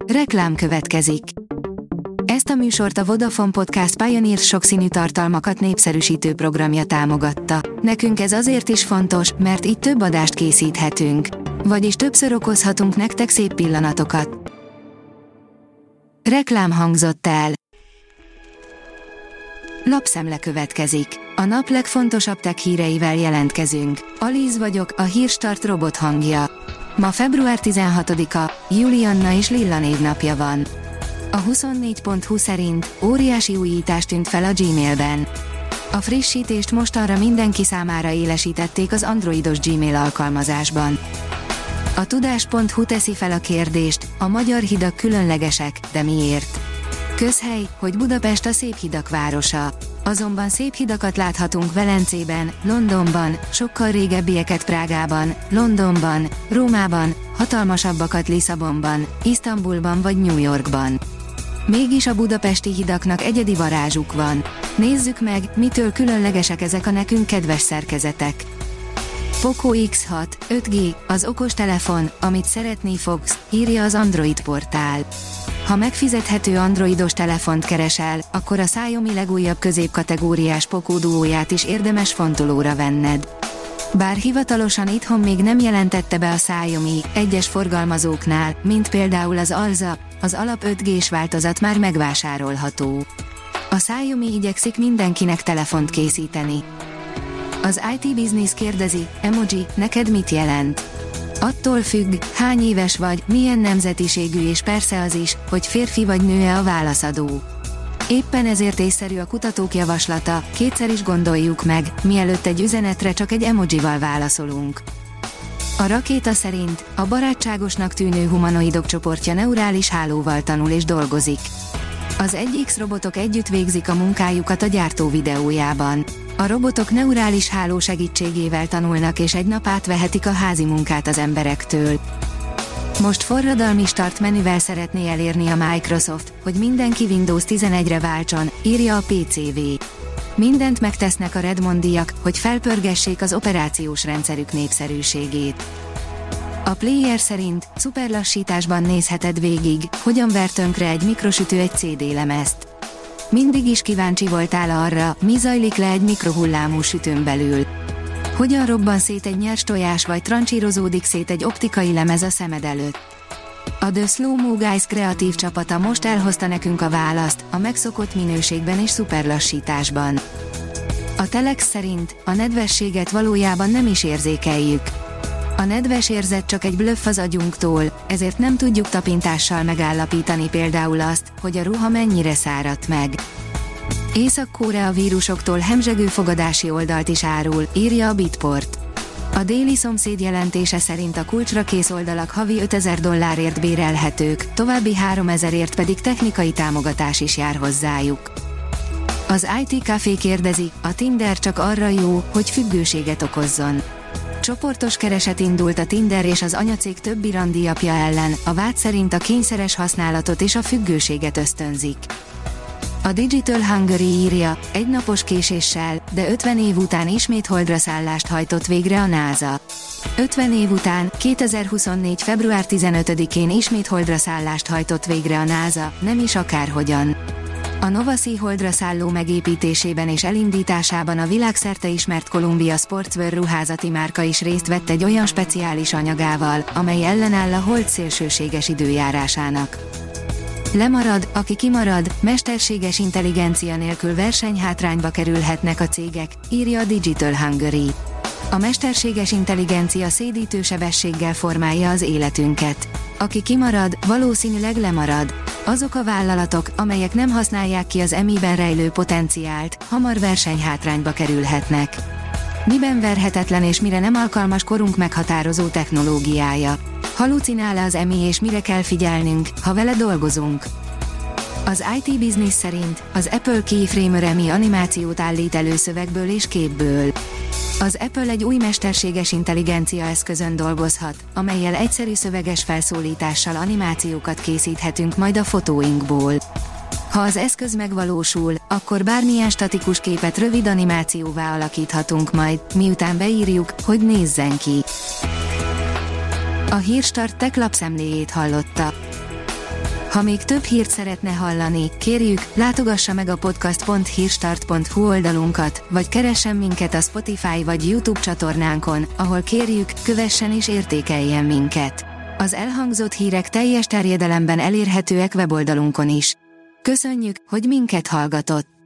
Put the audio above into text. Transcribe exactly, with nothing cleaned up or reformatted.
Reklám következik. Ezt a műsort a Vodafone Podcast Pioneer sokszínű tartalmakat népszerűsítő programja támogatta. Nekünk ez azért is fontos, mert így több adást készíthetünk. Vagyis többször okozhatunk nektek szép pillanatokat. Reklám hangzott el. Lapszemle következik. A nap legfontosabb tech híreivel jelentkezünk. Alíz vagyok, a Hírstart robot hangja. Ma február tizenhatodika, Julianna és Lilla névnapja van. A huszonnégy pont hu szerint óriási újítás tűnt fel a Gmailben. A frissítést mostanra mindenki számára élesítették az androidos Gmail alkalmazásban. A tudás pont hu teszi fel a kérdést, a magyar hidak különlegesek, de miért? Közhely, hogy Budapest a szép hidak városa. Azonban szép hidakat láthatunk Velencében, Londonban, sokkal régebbieket Prágában, Londonban, Rómában, hatalmasabbakat Lisszabonban, Isztambulban vagy New Yorkban. Mégis a budapesti hidaknak egyedi varázsuk van. Nézzük meg, mitől különlegesek ezek a nekünk kedves szerkezetek. Poco iksz hat, öt G, az okostelefon, amit szeretni fogsz, írja az Android portál. Ha megfizethető androidos telefont keresel, akkor a Xiaomi legújabb középkategóriás Poco Duóját is érdemes fontolóra venned. Bár hivatalosan itthon még nem jelentette be a Xiaomi, egyes forgalmazóknál, mint például az Alza, az alap öt G-s változat már megvásárolható. A Xiaomi igyekszik mindenkinek telefont készíteni. Az i té Business kérdezi, emoji, neked mit jelent? Attól függ, hány éves vagy, milyen nemzetiségű és persze az is, hogy férfi vagy nő-e a válaszadó. Éppen ezért észszerű a kutatók javaslata, kétszer is gondoljuk meg, mielőtt egy üzenetre csak egy emojival válaszolunk. A rakéta szerint a barátságosnak tűnő humanoidok csoportja neurális hálóval tanul és dolgozik. Az egy X robotok együtt végzik a munkájukat a gyártó videójában. A robotok neurális háló segítségével tanulnak és egy nap átvehetik a házi munkát az emberektől. Most forradalmi start menüvel szeretné elérni a Microsoft, hogy mindenki Windows tizenegyre váltson, írja a pé cé vé. Mindent megtesznek a Redmondiak, hogy felpörgessék az operációs rendszerük népszerűségét. A Player szerint szuperlassításban nézheted végig, hogyan ver tönkre egy mikrosütő egy cé dé lemezt. Mindig is kíváncsi voltál arra, mi zajlik le egy mikrohullámú sütőn belül. Hogyan robban szét egy nyers tojás vagy trancsírozódik szét egy optikai lemez a szemed előtt. A The Slow Mo Guys kreatív csapata most elhozta nekünk a választ, a megszokott minőségben és szuperlassításban. A Telex szerint a nedvességet valójában nem is érzékeljük. A nedves érzet csak egy blöff az agyunktól, ezért nem tudjuk tapintással megállapítani például azt, hogy a ruha mennyire száradt meg. Észak-Korea vírusoktól hemzsegő fogadási oldalt is árul, írja a Bitport. A déli szomszéd jelentése szerint a kulcsra kész oldalak havi ötezer dollárért bérelhetők, további háromezerért pedig technikai támogatás is jár hozzájuk. Az i té Café kérdezi, a Tinder csak arra jó, hogy függőséget okozzon. Csoportos kereset indult a Tinder és az anyacég többi randiapja ellen, a vád szerint a kényszeres használatot és a függőséget ösztönzik. A Digital Hungary írja, egy napos késéssel, de ötven év után ismét holdra szállást hajtott végre a NASA. ötven év után, kétezer-huszonnégy február tizenötödikén ismét holdra szállást hajtott végre a NASA, nem is akárhogyan. A Novasi holdra szálló megépítésében és elindításában a világszerte ismert Columbia Sportswear ruházati márka is részt vett egy olyan speciális anyagával, amely ellenáll a hold szélsőséges időjárásának. Lemarad, aki kimarad, mesterséges intelligencia nélkül versenyhátrányba kerülhetnek a cégek, írja a Digital Hungary. A mesterséges intelligencia szédítő sebességgel formálja az életünket. Aki kimarad, valószínűleg lemarad. Azok a vállalatok, amelyek nem használják ki az emiben rejlő potenciált, hamar versenyhátrányba kerülhetnek. Miben verhetetlen és mire nem alkalmas korunk meghatározó technológiája? Halucinál-e az emi és mire kell figyelnünk, ha vele dolgozunk? Az i té Business szerint az Apple Keyframer emi animációt állít elő szövegből és képből. Az Apple egy új mesterséges intelligencia eszközön dolgozhat, amellyel egyszerű szöveges felszólítással animációkat készíthetünk majd a fotóinkból. Ha az eszköz megvalósul, akkor bármilyen statikus képet rövid animációvá alakíthatunk majd, miután beírjuk, hogy nézzen ki. A Hírstart Tech lapszemléjét hallotta. Ha még több hírt szeretne hallani, kérjük, látogassa meg a podcast pont hírstart pont hu oldalunkat, vagy keressen minket a Spotify vagy YouTube csatornánkon, ahol kérjük, kövessen és értékeljen minket. Az elhangzott hírek teljes terjedelemben elérhetőek weboldalunkon is. Köszönjük, hogy minket hallgatott!